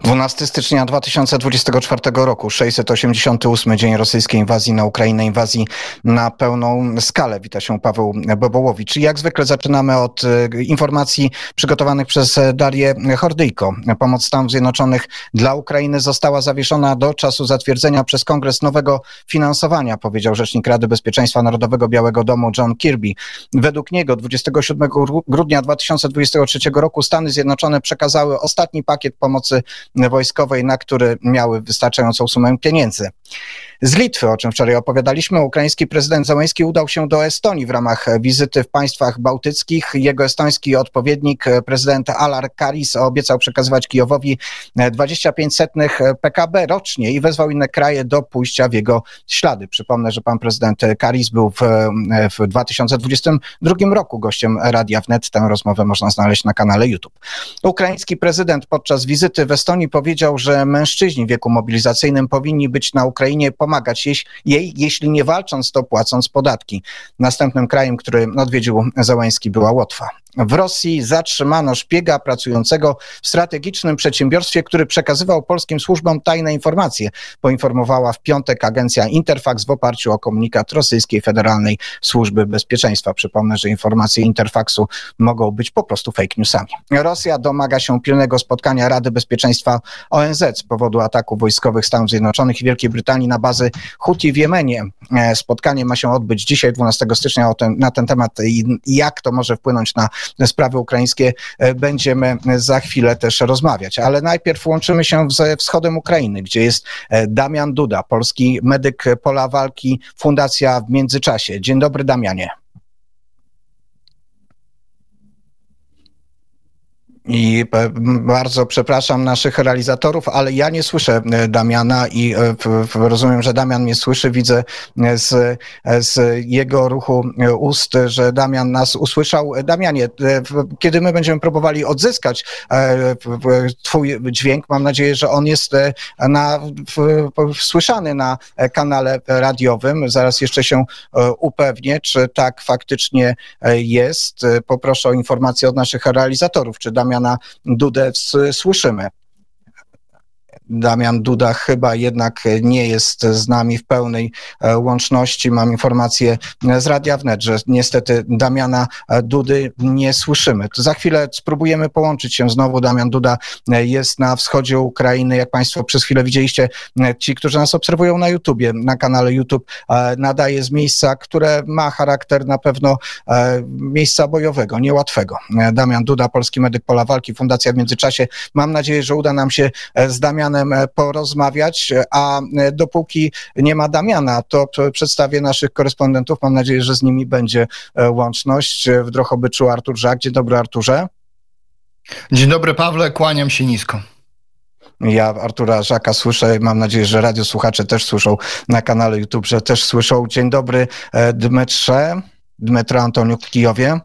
12 stycznia 2024 roku, 688 dzień rosyjskiej inwazji na Ukrainę, inwazji na pełną skalę. Wita się Paweł Bobołowicz. Jak zwykle zaczynamy od informacji przygotowanych przez Darię Hordyjko. Pomoc Stanów Zjednoczonych dla Ukrainy została zawieszona do czasu zatwierdzenia przez Kongres nowego finansowania, powiedział rzecznik Rady Bezpieczeństwa Narodowego Białego Domu John Kirby. Według niego 27 grudnia 2023 roku Stany Zjednoczone przekazały ostatni pakiet pomocy wojskowej, na który miały wystarczającą sumę pieniędzy. Z Litwy, o czym wczoraj opowiadaliśmy, ukraiński prezydent Zełenski udał się do Estonii w ramach wizyty w państwach bałtyckich. Jego estoński odpowiednik, prezydent Alar Karis, obiecał przekazywać Kijowowi 0,25 PKB rocznie i wezwał inne kraje do pójścia w jego ślady. Przypomnę, że pan prezydent Karis był w 2022 roku gościem Radia Wnet. Tę rozmowę można znaleźć na kanale YouTube. Ukraiński prezydent podczas wizyty w Estonii powiedział, że mężczyźni w wieku mobilizacyjnym powinni być na Ukrainie, pomagać jej, jeśli nie walcząc, to płacąc podatki. Następnym krajem, który odwiedził Zełenski, była Łotwa. W Rosji zatrzymano szpiega pracującego w strategicznym przedsiębiorstwie, który przekazywał polskim służbom tajne informacje. Poinformowała w piątek agencja Interfax w oparciu o komunikat Rosyjskiej Federalnej Służby Bezpieczeństwa. Przypomnę, że informacje Interfaxu mogą być po prostu fake newsami. Rosja domaga się pilnego spotkania Rady Bezpieczeństwa ONZ z powodu ataku wojskowych Stanów Zjednoczonych i Wielkiej Brytanii na bazy Huti w Jemenie. Spotkanie ma się odbyć dzisiaj, 12 stycznia. Na ten temat i jak to może wpłynąć na sprawy ukraińskie będziemy za chwilę też rozmawiać. Ale najpierw łączymy się ze wschodem Ukrainy, gdzie jest Damian Duda, polski medyk pola walki, Fundacja w Międzyczasie. Dzień dobry, Damianie. I bardzo przepraszam naszych realizatorów, ale ja nie słyszę Damiana i rozumiem, że Damian mnie słyszy. Widzę z jego ruchu ust, że Damian nas usłyszał. Damianie, kiedy my będziemy próbowali odzyskać twój dźwięk, mam nadzieję, że on jest słyszany na kanale radiowym. Zaraz jeszcze się upewnię, czy tak faktycznie jest. Poproszę o informację od naszych realizatorów, czy Damiana Dudę słyszymy. Damian Duda chyba jednak nie jest z nami w pełnej łączności. Mam informację z Radia Wnet, że niestety Damiana Dudy nie słyszymy. To za chwilę spróbujemy połączyć się znowu. Damian Duda jest na wschodzie Ukrainy. Jak Państwo przez chwilę widzieliście, ci, którzy nas obserwują na YouTubie, na kanale YouTube, nadaje z miejsca, które ma charakter na pewno miejsca bojowego, niełatwego. Damian Duda, polski medyk pola walki, Fundacja w Międzyczasie. Mam nadzieję, że uda nam się z Damianem porozmawiać, a dopóki nie ma Damiana, to przedstawię naszych korespondentów. Mam nadzieję, że z nimi będzie łączność. W Drohobyczu Artur Żak. Dzień dobry, Arturze. Dzień dobry, Pawle, kłaniam się nisko. Ja Artura Żaka słyszę, mam nadzieję, że radiosłuchacze też słyszą na kanale YouTube, że też słyszą. Dzień dobry, Dmytrze. Dmytro Antoniuk w Kijowie.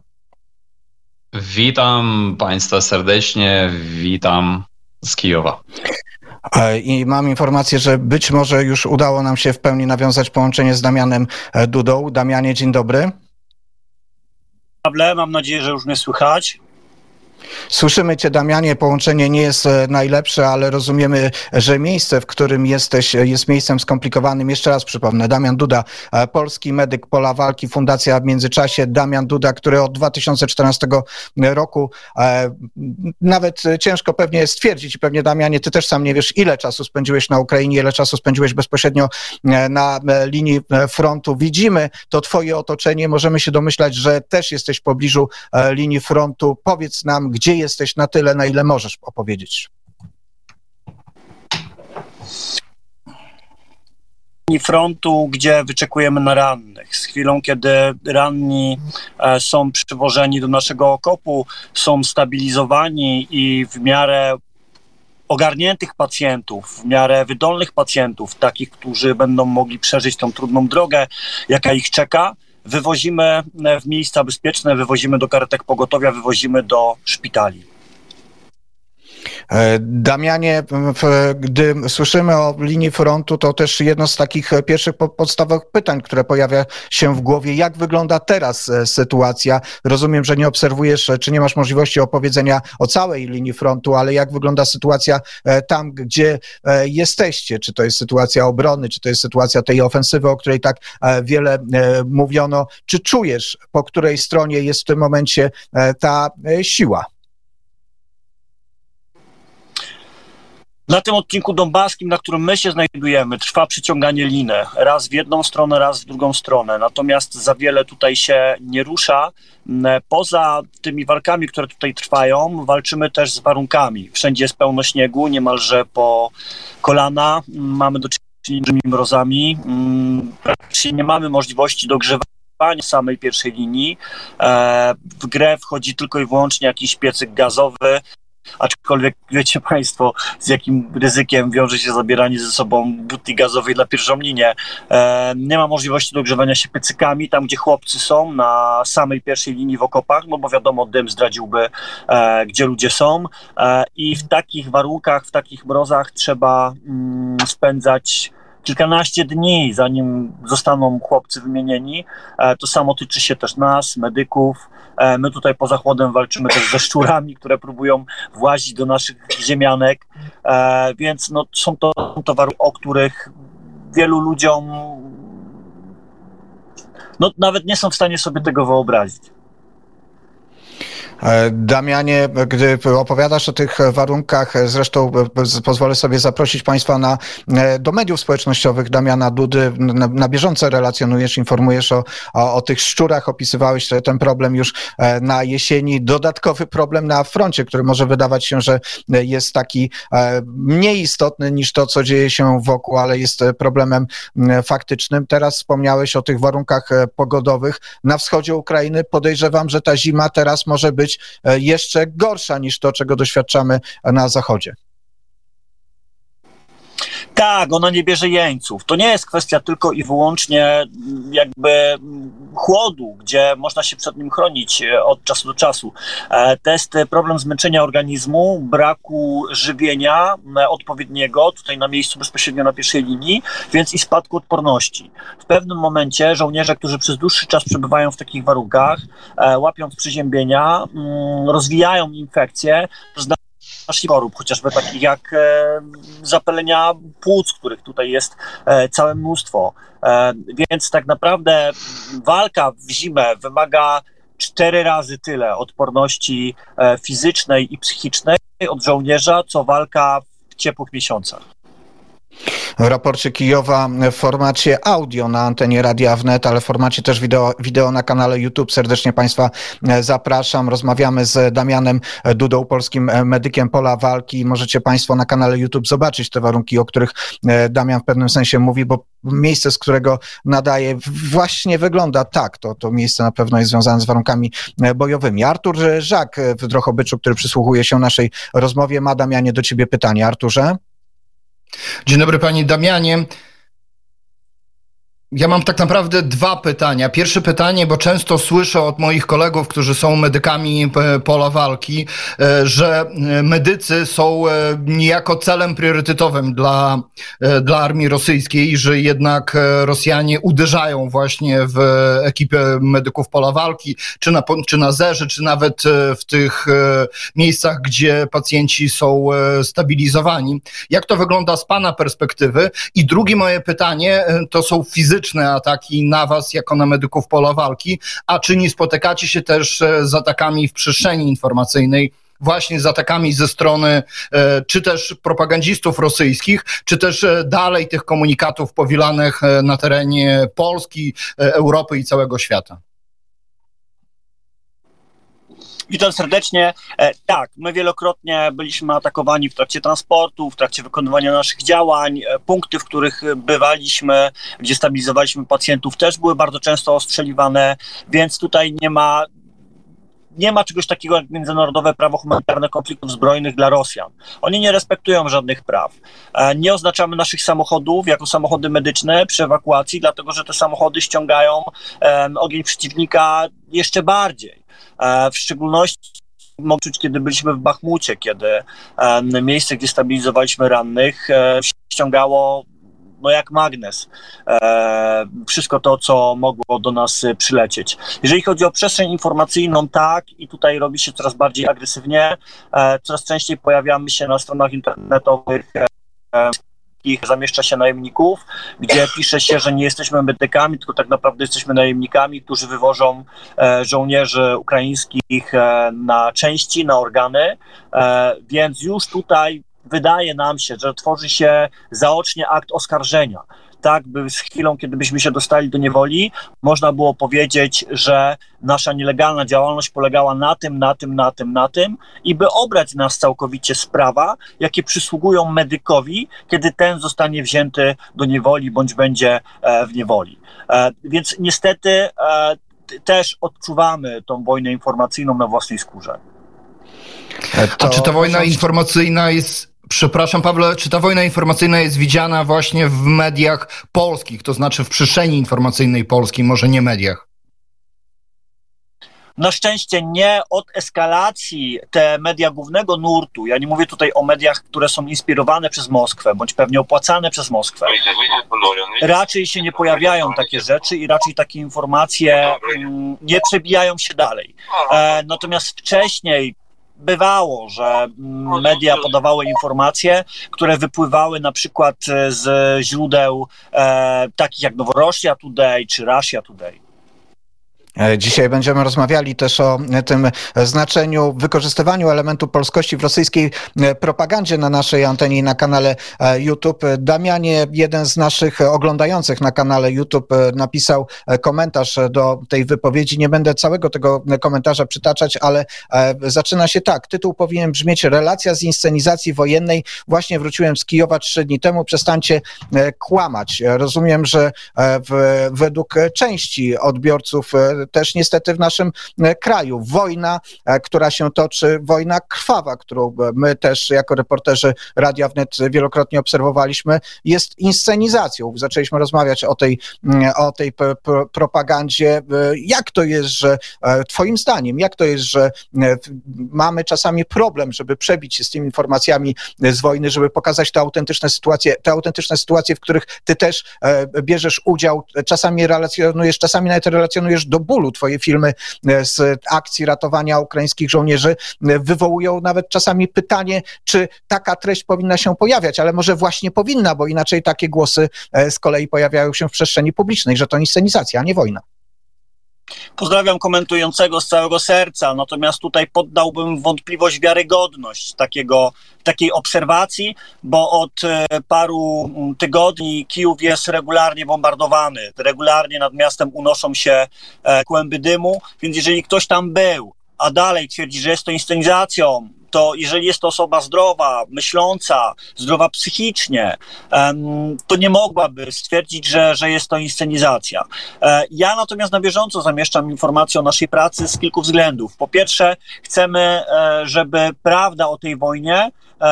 Witam Państwa serdecznie, witam z Kijowa. I mam informację, że być może już udało nam się w pełni nawiązać połączenie z Damianem Dudą. Damianie, dzień dobry. Pawle, mam nadzieję, że już mnie słychać. Słyszymy Cię, Damianie, połączenie nie jest najlepsze, ale rozumiemy, że miejsce, w którym jesteś, jest miejscem skomplikowanym. Jeszcze raz przypomnę, Damian Duda, polski medyk pola walki, Fundacja w Międzyczasie. Damian Duda, który od 2014 roku, nawet ciężko pewnie stwierdzić i pewnie, Damianie, Ty też sam nie wiesz, ile czasu spędziłeś na Ukrainie, ile czasu spędziłeś bezpośrednio na linii frontu. Widzimy to Twoje otoczenie, możemy się domyślać, że też jesteś w pobliżu linii frontu. Powiedz nam, gdzie jesteś na tyle, na ile możesz opowiedzieć? Frontu, gdzie wyczekujemy na rannych. Z chwilą, kiedy ranni są przywożeni do naszego okopu, są stabilizowani i w miarę ogarniętych pacjentów, w miarę wydolnych pacjentów, takich, którzy będą mogli przeżyć tą trudną drogę, jaka ich czeka, wywozimy w miejsca bezpieczne, wywozimy do karetek pogotowia, wywozimy do szpitali. Damianie, gdy słyszymy o linii frontu, to też jedno z takich pierwszych podstawowych pytań, które pojawia się w głowie, jak wygląda teraz sytuacja? Rozumiem, że nie obserwujesz, czy nie masz możliwości opowiedzenia o całej linii frontu, ale jak wygląda sytuacja tam, gdzie jesteście? Czy to jest sytuacja obrony, czy to jest sytuacja tej ofensywy, o której tak wiele mówiono? Czy czujesz, po której stronie jest w tym momencie ta siła? Na tym odcinku donbaskim, na którym my się znajdujemy, trwa przyciąganie liny. Raz w jedną stronę, raz w drugą stronę. Natomiast za wiele tutaj się nie rusza. Poza tymi walkami, które tutaj trwają, walczymy też z warunkami. Wszędzie jest pełno śniegu, niemalże po kolana. Mamy do czynienia z dużymi mrozami. Praktycznie nie mamy możliwości dogrzewania samej pierwszej linii. W grę wchodzi tylko i wyłącznie jakiś piecyk gazowy. Aczkolwiek wiecie Państwo, z jakim ryzykiem wiąże się zabieranie ze sobą butli gazowej na pierwszą linię. Nie ma możliwości dogrzewania się piecykami tam, gdzie chłopcy są, na samej pierwszej linii w okopach, no bo wiadomo, dym zdradziłby, gdzie ludzie są. I w takich warunkach, w takich mrozach trzeba spędzać kilkanaście dni, zanim zostaną chłopcy wymienieni. To samo tyczy się też nas, medyków. My tutaj poza chłodem walczymy też ze szczurami, które próbują włazić do naszych ziemianek, więc no, są to warunki, o których wielu ludziom no, nawet nie są w stanie sobie tego wyobrazić. Damianie, gdy opowiadasz o tych warunkach, zresztą pozwolę sobie zaprosić Państwa do mediów społecznościowych Damiana Dudy. Na bieżąco relacjonujesz, informujesz o tych szczurach, opisywałeś ten problem już na jesieni. Dodatkowy problem na froncie, który może wydawać się, że jest taki mniej istotny niż to, co dzieje się wokół, ale jest problemem faktycznym. Teraz wspomniałeś o tych warunkach pogodowych. Na wschodzie Ukrainy podejrzewam, że ta zima teraz może być jeszcze gorsza niż to, czego doświadczamy na zachodzie. Tak, ona nie bierze jeńców. To nie jest kwestia tylko i wyłącznie jakby chłodu, gdzie można się przed nim chronić od czasu do czasu. To jest problem zmęczenia organizmu, braku żywienia odpowiedniego, tutaj na miejscu bezpośrednio na pierwszej linii, więc i spadku odporności. W pewnym momencie żołnierze, którzy przez dłuższy czas przebywają w takich warunkach, łapiąc przeziębienia, rozwijają infekcje, chorób, chociażby takich jak zapalenia płuc, których tutaj jest całe mnóstwo. Więc tak naprawdę walka w zimę wymaga 4 razy tyle odporności fizycznej i psychicznej od żołnierza, co walka w ciepłych miesiącach. W raporcie Kijowa w formacie audio na antenie Radia Wnet, ale w formacie też wideo na kanale YouTube. Serdecznie Państwa zapraszam. Rozmawiamy z Damianem Dudą, polskim medykiem pola walki. Możecie Państwo na kanale YouTube zobaczyć te warunki, o których Damian w pewnym sensie mówi, bo miejsce, z którego nadaje, właśnie wygląda tak. To miejsce na pewno jest związane z warunkami bojowymi. Artur Żak w Drohobyczu, który przysłuchuje się naszej rozmowie, ma, Damianie, do Ciebie pytanie. Arturze? Dzień dobry, panie Damianie. Ja mam tak naprawdę 2 pytania. Pierwsze pytanie, bo często słyszę od moich kolegów, którzy są medykami pola walki, że medycy są niejako celem priorytetowym dla armii rosyjskiej, że jednak Rosjanie uderzają właśnie w ekipę medyków pola walki, czy na zerze, czy nawet w tych miejscach, gdzie pacjenci są stabilizowani. Jak to wygląda z pana perspektywy? I drugie moje pytanie to są fizyczne ataki na was jako na medyków pola walki, a czy nie spotykacie się też z atakami w przestrzeni informacyjnej, właśnie z atakami ze strony czy też propagandzistów rosyjskich, czy też dalej tych komunikatów powielanych na terenie Polski, Europy i całego świata? Witam serdecznie. Tak, my wielokrotnie byliśmy atakowani w trakcie transportu, w trakcie wykonywania naszych działań. Punkty, w których bywaliśmy, gdzie stabilizowaliśmy pacjentów, też były bardzo często ostrzeliwane, więc tutaj nie ma czegoś takiego jak międzynarodowe prawo humanitarne konfliktów zbrojnych dla Rosjan. Oni nie respektują żadnych praw. Nie oznaczamy naszych samochodów jako samochody medyczne przy ewakuacji, dlatego że te samochody ściągają ogień przeciwnika jeszcze bardziej. W szczególności mogę czuć, kiedy byliśmy w Bachmucie, kiedy miejsce, gdzie stabilizowaliśmy rannych, ściągało jak magnes. Wszystko to, co mogło do nas przylecieć. Jeżeli chodzi o przestrzeń informacyjną, tak, i tutaj robi się coraz bardziej agresywnie. Coraz częściej pojawiamy się na stronach internetowych, zamieszcza się najemników, gdzie pisze się, że nie jesteśmy medykami, tylko tak naprawdę jesteśmy najemnikami, którzy wywożą żołnierzy ukraińskich na części, na organy, więc już tutaj wydaje nam się, że tworzy się zaocznie akt oskarżenia. Tak, by z chwilą, kiedy byśmy się dostali do niewoli, można było powiedzieć, że nasza nielegalna działalność polegała na tym i by obrać nas całkowicie z prawa, jakie przysługują medykowi, kiedy ten zostanie wzięty do niewoli bądź będzie w niewoli. Więc niestety też odczuwamy tą wojnę informacyjną na własnej skórze. A czy ta wojna informacyjna jest... Przepraszam, Pawle, czy ta wojna informacyjna jest widziana właśnie w mediach polskich, to znaczy w przestrzeni informacyjnej polskiej, może nie mediach? Na szczęście nie. Od eskalacji te media głównego nurtu, ja nie mówię tutaj o mediach, które są inspirowane przez Moskwę, bądź pewnie opłacane przez Moskwę, raczej się nie pojawiają takie rzeczy i raczej takie informacje nie przebijają się dalej. Natomiast wcześniej bywało, że media podawały informacje, które wypływały na przykład z źródeł takich jak Noworossija Today czy Russia Today. Dzisiaj będziemy rozmawiali też o tym znaczeniu, wykorzystywaniu elementu polskości w rosyjskiej propagandzie na naszej antenie i na kanale YouTube. Damianie, jeden z naszych oglądających na kanale YouTube, napisał komentarz do tej wypowiedzi. Nie będę całego tego komentarza przytaczać, ale zaczyna się tak. Tytuł powinien brzmieć: relacja z inscenizacji wojennej. Właśnie wróciłem z Kijowa 3 dni temu. Przestańcie kłamać. Rozumiem, że według części odbiorców też niestety w naszym kraju wojna, która się toczy, wojna krwawa, którą my też jako reporterzy Radia Wnet wielokrotnie obserwowaliśmy, jest inscenizacją. Zaczęliśmy rozmawiać o tej propagandzie. Jak to jest, że twoim zdaniem, jak to jest, że mamy czasami problem, żeby przebić się z tymi informacjami z wojny, żeby pokazać te autentyczne sytuacje, w których ty też bierzesz udział, czasami relacjonujesz, czasami nawet relacjonujesz do bólu. Twoje filmy z akcji ratowania ukraińskich żołnierzy wywołują nawet czasami pytanie, czy taka treść powinna się pojawiać, ale może właśnie powinna, bo inaczej takie głosy z kolei pojawiają się w przestrzeni publicznej, że to inscenizacja, a nie wojna. Pozdrawiam komentującego z całego serca, natomiast tutaj poddałbym wątpliwość wiarygodność takiej obserwacji, bo od paru tygodni Kijów jest regularnie bombardowany, regularnie nad miastem unoszą się kłęby dymu, więc jeżeli ktoś tam był, a dalej twierdzi, że jest to inscenizacją, to jeżeli jest to osoba zdrowa, myśląca, zdrowa psychicznie, to nie mogłaby stwierdzić, że jest to inscenizacja. Ja natomiast na bieżąco zamieszczam informacje o naszej pracy z kilku względów. Po pierwsze, chcemy, żeby prawda o tej wojnie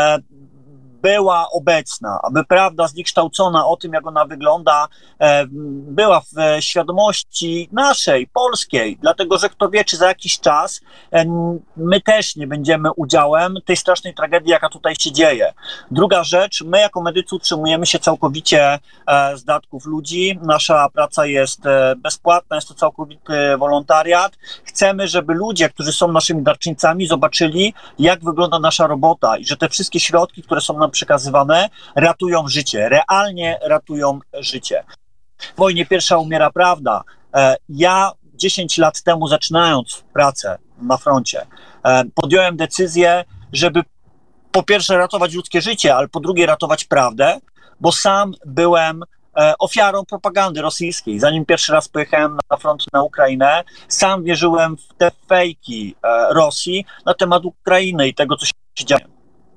była obecna, aby prawda zniekształcona o tym, jak ona wygląda, była w świadomości naszej, polskiej, dlatego że kto wie, czy za jakiś czas my też nie będziemy udziałem tej strasznej tragedii, jaka tutaj się dzieje. Druga rzecz, my jako medycy utrzymujemy się całkowicie z datków ludzi, nasza praca jest bezpłatna, jest to całkowity wolontariat. Chcemy, żeby ludzie, którzy są naszymi darczyńcami, zobaczyli, jak wygląda nasza robota i że te wszystkie środki, które są nam przekazywane, ratują życie, realnie ratują życie. W wojnie pierwsza umiera prawda. Ja 10 lat temu, zaczynając pracę na froncie, podjąłem decyzję, żeby po pierwsze ratować ludzkie życie, ale po drugie ratować prawdę, bo sam byłem ofiarą propagandy rosyjskiej. Zanim pierwszy raz pojechałem na front na Ukrainę, sam wierzyłem w te fejki Rosji na temat Ukrainy i tego, co się dzieje.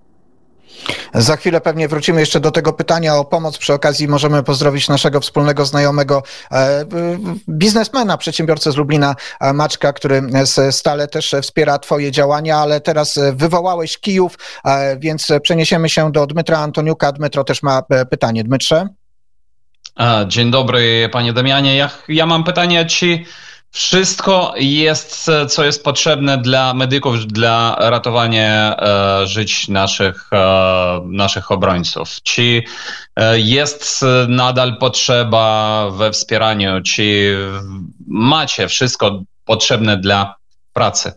Za chwilę pewnie wrócimy jeszcze do tego pytania o pomoc. Przy okazji możemy pozdrowić naszego wspólnego znajomego biznesmena, przedsiębiorcę z Lublina, Maćka, który stale też wspiera twoje działania, ale teraz wywołałeś Kijów, więc przeniesiemy się do Dmytra Antoniuka. Dmytro też ma pytanie. Dmytrze? Dzień dobry, panie Damianie. Ja mam pytanie, Wszystko jest, co jest potrzebne dla medyków, dla ratowania żyć naszych obrońców. Czy jest nadal potrzeba we wspieraniu? Czy macie wszystko potrzebne dla pracy?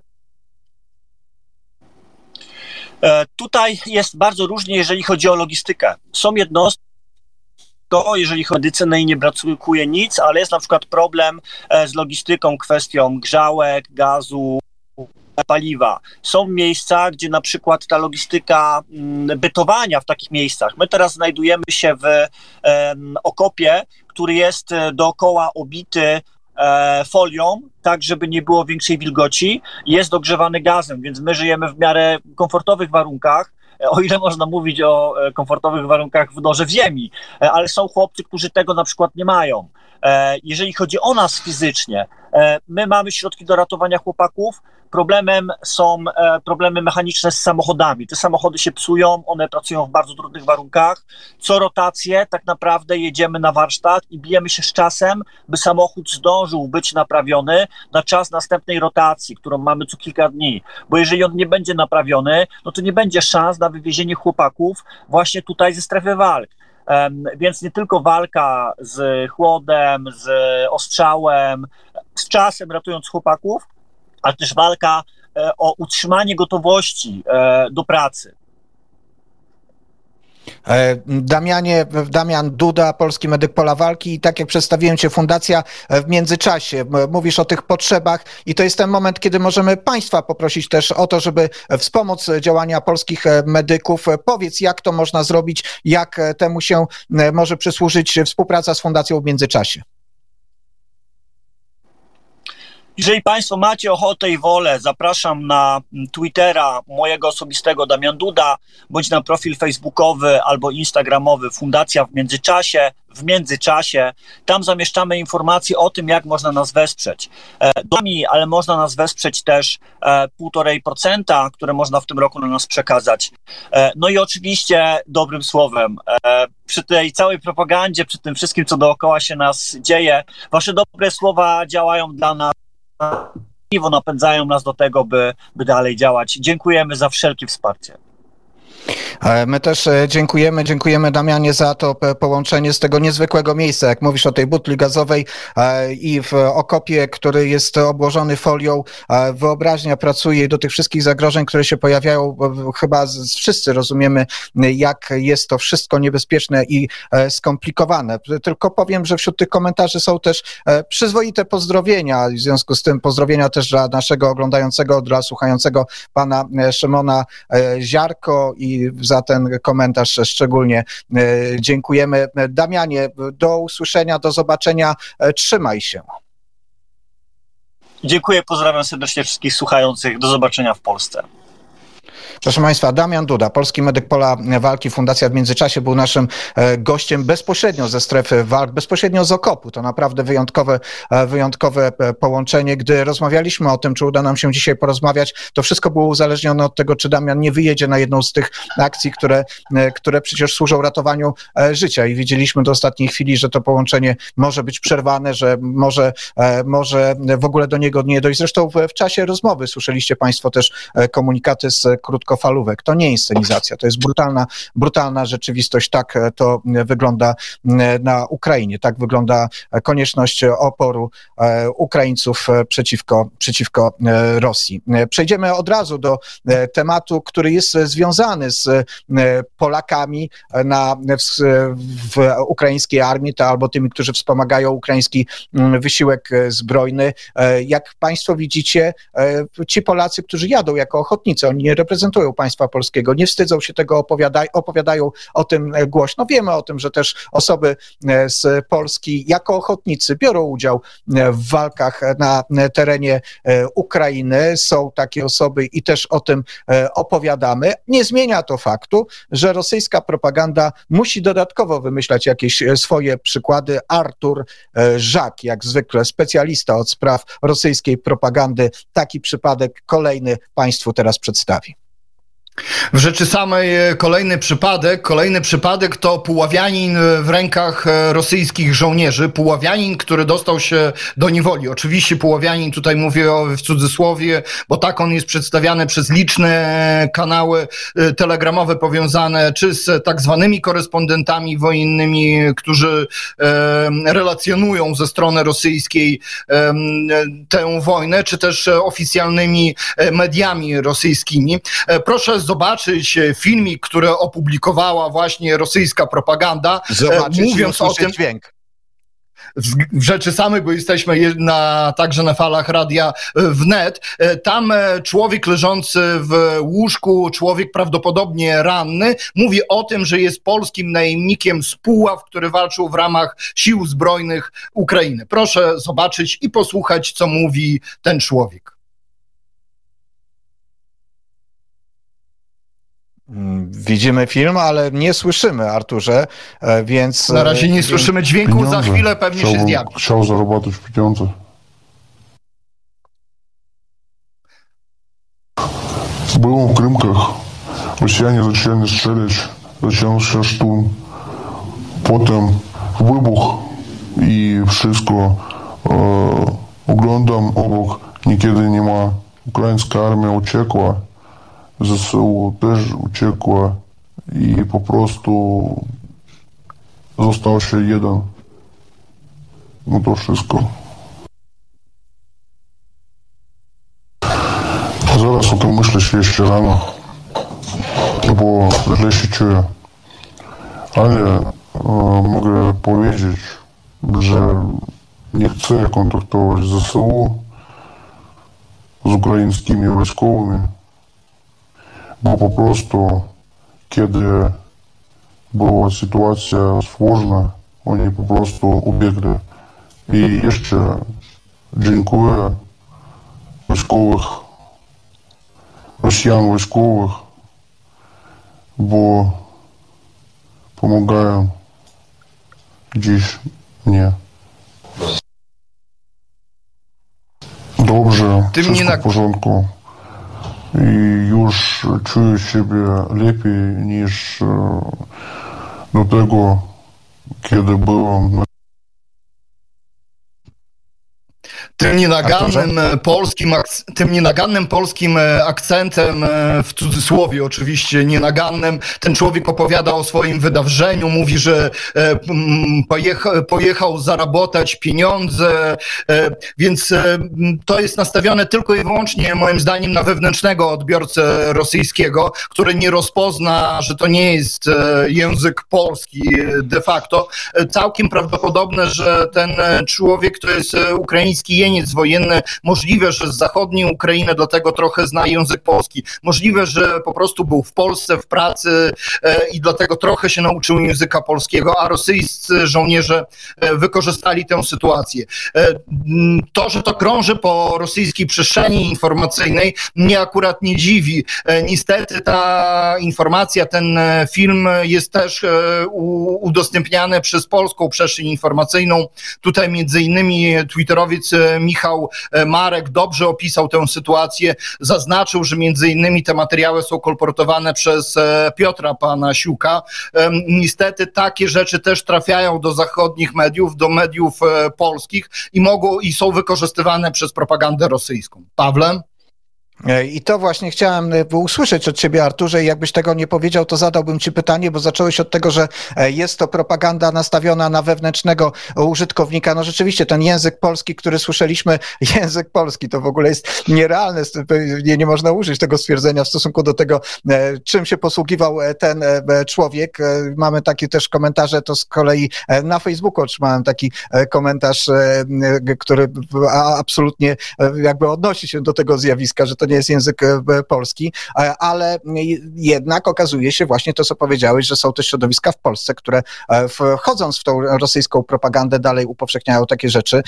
Tutaj jest bardzo różnie, jeżeli chodzi o logistykę. Są jednostki, jeżeli chodzi o medycynę i nie brakuje nic, ale jest na przykład problem z logistyką, kwestią grzałek, gazu, paliwa. Są miejsca, gdzie na przykład ta logistyka bytowania w takich miejscach. My teraz znajdujemy się w okopie, który jest dookoła obity folią, tak żeby nie było większej wilgoci. Jest dogrzewany gazem, więc my żyjemy w miarę komfortowych warunkach, o ile można mówić o komfortowych warunkach w ziemi, ale są chłopcy, którzy tego na przykład nie mają. Jeżeli chodzi o nas fizycznie, my mamy środki do ratowania chłopaków. Problemem są problemy mechaniczne z samochodami. Te samochody się psują, one pracują w bardzo trudnych warunkach. Co rotację tak naprawdę jedziemy na warsztat i bijemy się z czasem, by samochód zdążył być naprawiony na czas następnej rotacji, którą mamy co kilka dni. Bo jeżeli on nie będzie naprawiony, no to nie będzie szans na wywiezienie chłopaków właśnie tutaj ze strefy walk. Więc nie tylko walka z chłodem, z ostrzałem, z czasem ratując chłopaków, ale też walka o utrzymanie gotowości do pracy. Damian Duda, polski medyk pola walki, i tak jak przedstawiłem cię, fundacja w międzyczasie. Mówisz o tych potrzebach i to jest ten moment, kiedy możemy państwa poprosić też o to, żeby wspomóc działania polskich medyków. Powiedz, jak to można zrobić, jak temu się może przysłużyć współpraca z fundacją w międzyczasie. Jeżeli Państwo macie ochotę i wolę, zapraszam na Twittera mojego osobistego Damian Duda, bądź na profil facebookowy albo instagramowy Fundacja w międzyczasie. Tam zamieszczamy informacje o tym, jak można nas wesprzeć. Ale można nas wesprzeć też 1,5%, które można w tym roku na nas przekazać. No i oczywiście dobrym słowem. Przy tej całej propagandzie, przy tym wszystkim, co dookoła się nas dzieje, wasze dobre słowa działają dla nas, napędzają nas do tego, by dalej działać. Dziękujemy za wszelkie wsparcie. My też dziękujemy Damianie za to połączenie z tego niezwykłego miejsca, jak mówisz o tej butli gazowej i w okopie, który jest obłożony folią. Wyobraźnia pracuje do tych wszystkich zagrożeń, które się pojawiają. Chyba wszyscy rozumiemy, jak jest to wszystko niebezpieczne i skomplikowane. Tylko powiem, że wśród tych komentarzy są też przyzwoite pozdrowienia. W związku z tym pozdrowienia też dla naszego oglądającego, dla słuchającego pana Szymona Ziarko, i za ten komentarz szczególnie dziękujemy. Damianie, do usłyszenia, do zobaczenia. Trzymaj się. Dziękuję, pozdrawiam serdecznie wszystkich słuchających. Do zobaczenia w Polsce. Proszę Państwa, Damian Duda, polski medyk pola walki, Fundacja w międzyczasie, był naszym gościem bezpośrednio ze strefy walk, bezpośrednio z okopu. To naprawdę wyjątkowe połączenie. Gdy rozmawialiśmy o tym, czy uda nam się dzisiaj porozmawiać, to wszystko było uzależnione od tego, czy Damian nie wyjedzie na jedną z tych akcji, które przecież służą ratowaniu życia. I widzieliśmy do ostatniej chwili, że to połączenie może być przerwane, że może w ogóle do niego nie dojść. Zresztą w czasie rozmowy słyszeliście Państwo też komunikaty z krótkofalówek. To nie inscenizacja, to jest brutalna rzeczywistość. Tak to wygląda na Ukrainie. Tak wygląda konieczność oporu Ukraińców przeciwko Rosji. Przejdziemy od razu do tematu, który jest związany z Polakami w ukraińskiej armii, albo tymi, którzy wspomagają ukraiński wysiłek zbrojny. Jak Państwo widzicie, ci Polacy, którzy jadą jako ochotnicy, oni nie reprezentują państwa polskiego, nie wstydzą się tego, opowiadają o tym głośno. Wiemy o tym, że też osoby z Polski jako ochotnicy biorą udział w walkach na terenie Ukrainy. Są takie osoby i też o tym opowiadamy. Nie zmienia to faktu, że rosyjska propaganda musi dodatkowo wymyślać jakieś swoje przykłady. Artur Żak, jak zwykle specjalista od spraw rosyjskiej propagandy, taki przypadek kolejny Państwu teraz przedstawi. W rzeczy samej kolejny przypadek to Puławianin w rękach rosyjskich żołnierzy. Puławianin, który dostał się do niewoli. Oczywiście Puławianin, tutaj mówię w cudzysłowie, bo tak on jest przedstawiany przez liczne kanały telegramowe powiązane czy z tak zwanymi korespondentami wojennymi, którzy relacjonują ze strony rosyjskiej tę wojnę, czy też oficjalnymi mediami rosyjskimi. Proszę zobaczyć filmik, który opublikowała właśnie rosyjska propaganda, mówiąc o tym dźwięk. W rzeczy samej, bo jesteśmy także na falach radia wnet. Tam człowiek leżący w łóżku, człowiek prawdopodobnie ranny, mówi o tym, że jest polskim najemnikiem z Puław, który walczył w ramach Sił Zbrojnych Ukrainy. Proszę zobaczyć i posłuchać, co mówi ten człowiek. Widzimy film, ale nie słyszymy, Arturze, więc... Na razie nie słyszymy dźwięku, pieniądze. Za chwilę pewnie się zjawi. Chciał zarobić pieniądze. Byłem w Krymkach. Rosjanie zaczęli strzelać. Zaczął się szturm. Potem wybuch i wszystko. Oglądam obok. Niekiedy nie ma. Ukraińska armia uciekła. ЗСУ też uciekła i po prostu został się jeden. No to wszystko. Zaraz o tym myśleć jeszcze rano, bo źle się czuję. Ale mogę powiedzieć, że nie chcę kontaktować z ЗСУ, z ukraińskimi wojskowymi, bo po prostu, kiedy była sytuacja słożna, oni po prostu ubiegli. I jeszcze dziękuję Rosjan wojskowych, bo pomagają dziś mnie. Dobrze, wszystko w porządku. I już czuję siebie lepiej niż do tego, kiedy byłem. Tym nienagannym polskim akcentem, w cudzysłowie oczywiście nienagannym, ten człowiek opowiada o swoim wydarzeniu, mówi, że pojechał zarabiać pieniądze, więc to jest nastawione tylko i wyłącznie moim zdaniem na wewnętrznego odbiorcę rosyjskiego, który nie rozpozna, że to nie jest język polski de facto. Całkiem prawdopodobne, że ten człowiek to jest ukraiński jeniec wojenny, możliwe, że z zachodniej Ukrainy, dlatego trochę zna język polski. Możliwe, że po prostu był w Polsce w pracy i dlatego trochę się nauczył języka polskiego, a rosyjscy żołnierze wykorzystali tę sytuację. To, że to krąży po rosyjskiej przestrzeni informacyjnej, mnie akurat nie dziwi. Niestety ta informacja, ten film jest też udostępniany przez polską przestrzeń informacyjną. Tutaj między innymi twitterowiec Michał Marek dobrze opisał tę sytuację, zaznaczył, że między innymi te materiały są kolportowane przez Piotra Panasiuka. Niestety takie rzeczy też trafiają do zachodnich mediów, do mediów polskich i są wykorzystywane przez propagandę rosyjską. Pawle? I to właśnie chciałem usłyszeć od ciebie, Arturze, i jakbyś tego nie powiedział, to zadałbym ci pytanie, bo zacząłeś od tego, że jest to propaganda nastawiona na wewnętrznego użytkownika. No rzeczywiście ten język polski, który słyszeliśmy, język polski, to w ogóle jest nierealne, nie można użyć tego stwierdzenia w stosunku do tego, czym się posługiwał ten człowiek. Mamy takie też komentarze, to z kolei na Facebooku otrzymałem taki komentarz, który absolutnie jakby odnosi się do tego zjawiska, że to nie jest język polski, ale jednak okazuje się właśnie to, co powiedziałeś, że są też środowiska w Polsce, które wchodząc w tą rosyjską propagandę dalej upowszechniają takie rzeczy.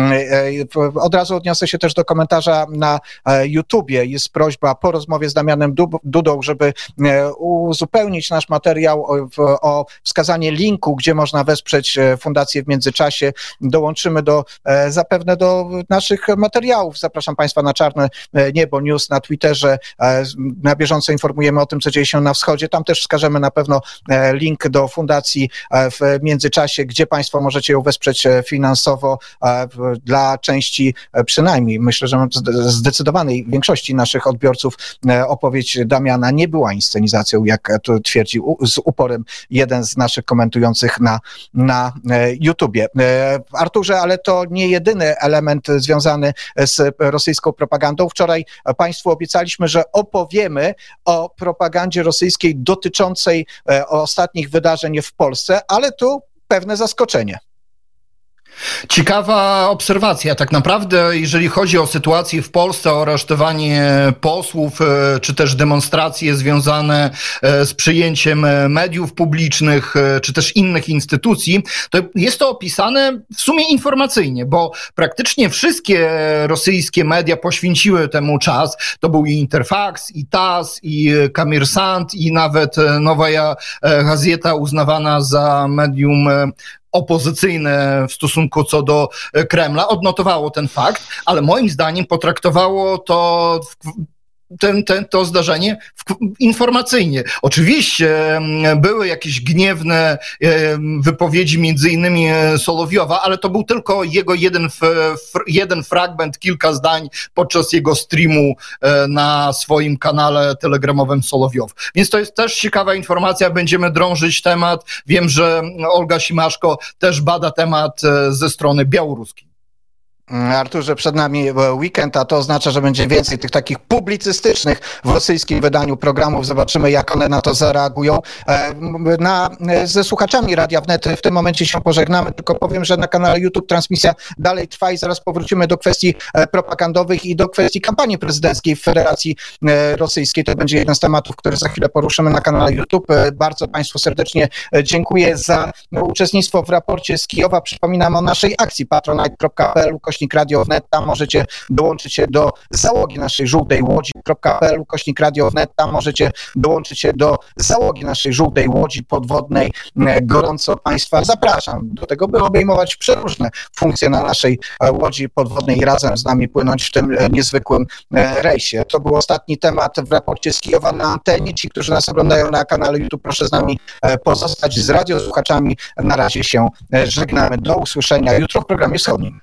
Od razu odniosę się też do komentarza na YouTubie. Jest prośba po rozmowie z Damianem Dudą, żeby uzupełnić nasz materiał o wskazanie linku, gdzie można wesprzeć Fundację w międzyczasie. Dołączymy zapewne do naszych materiałów. Zapraszam Państwa na Czarne Niebo News na Twitterze. Na bieżąco informujemy o tym, co dzieje się na wschodzie. Tam też wskażemy na pewno link do fundacji w międzyczasie, gdzie państwo możecie ją wesprzeć finansowo dla części przynajmniej. Myślę, że zdecydowanej większości naszych odbiorców opowieść Damiana nie była inscenizacją, jak to twierdzi z uporem jeden z naszych komentujących na YouTubie. Arturze, ale to nie jedyny element związany z rosyjską propagandą. Wczoraj państwu obiecaliśmy, że opowiemy o propagandzie rosyjskiej dotyczącej ostatnich wydarzeń w Polsce, ale tu pewne zaskoczenie. Ciekawa obserwacja. Tak naprawdę, jeżeli chodzi o sytuację w Polsce, o aresztowanie posłów, czy też demonstracje związane z przyjęciem mediów publicznych, czy też innych instytucji, to jest to opisane w sumie informacyjnie, bo praktycznie wszystkie rosyjskie media poświęciły temu czas. To był i Interfax, i TASS, i Kommersant, i nawet Nowa Gazeta uznawana za medium opozycyjne w stosunku co do Kremla, odnotowało ten fakt, ale moim zdaniem potraktowało to to zdarzenie informacyjnie. Oczywiście były jakieś gniewne wypowiedzi, między innymi Solowiowa, ale to był tylko jego jeden fragment, kilka zdań podczas jego streamu na swoim kanale telegramowym Solowiow. Więc to jest też ciekawa informacja, będziemy drążyć temat. Wiem, że Olga Simaszko też bada temat ze strony białoruskiej. Arturze, przed nami weekend, a to oznacza, że będzie więcej tych takich publicystycznych w rosyjskim wydaniu programów. Zobaczymy, jak one na to zareagują. Ze słuchaczami Radia Wnet w tym momencie się pożegnamy, tylko powiem, że na kanale YouTube transmisja dalej trwa i zaraz powrócimy do kwestii propagandowych i do kwestii kampanii prezydenckiej w Federacji Rosyjskiej. To będzie jeden z tematów, który za chwilę poruszymy na kanale YouTube. Bardzo Państwu serdecznie dziękuję za uczestnictwo w raporcie z Kijowa. Przypominam o naszej akcji patronite.pl/Radio Wnet. Tam możecie dołączyć się do załogi naszej żółtej łodzi.pl/Radio Wnet. Tam możecie dołączyć się do załogi naszej żółtej łodzi podwodnej. Gorąco Państwa zapraszam do tego, by obejmować przeróżne funkcje na naszej łodzi podwodnej i razem z nami płynąć w tym niezwykłym rejsie. To był ostatni temat w raporcie z Kijowa na antenie. Ci, którzy nas oglądają na kanale YouTube, proszę z nami pozostać, z radiosłuchaczami. Na razie się żegnamy. Do usłyszenia jutro w programie wschodnim.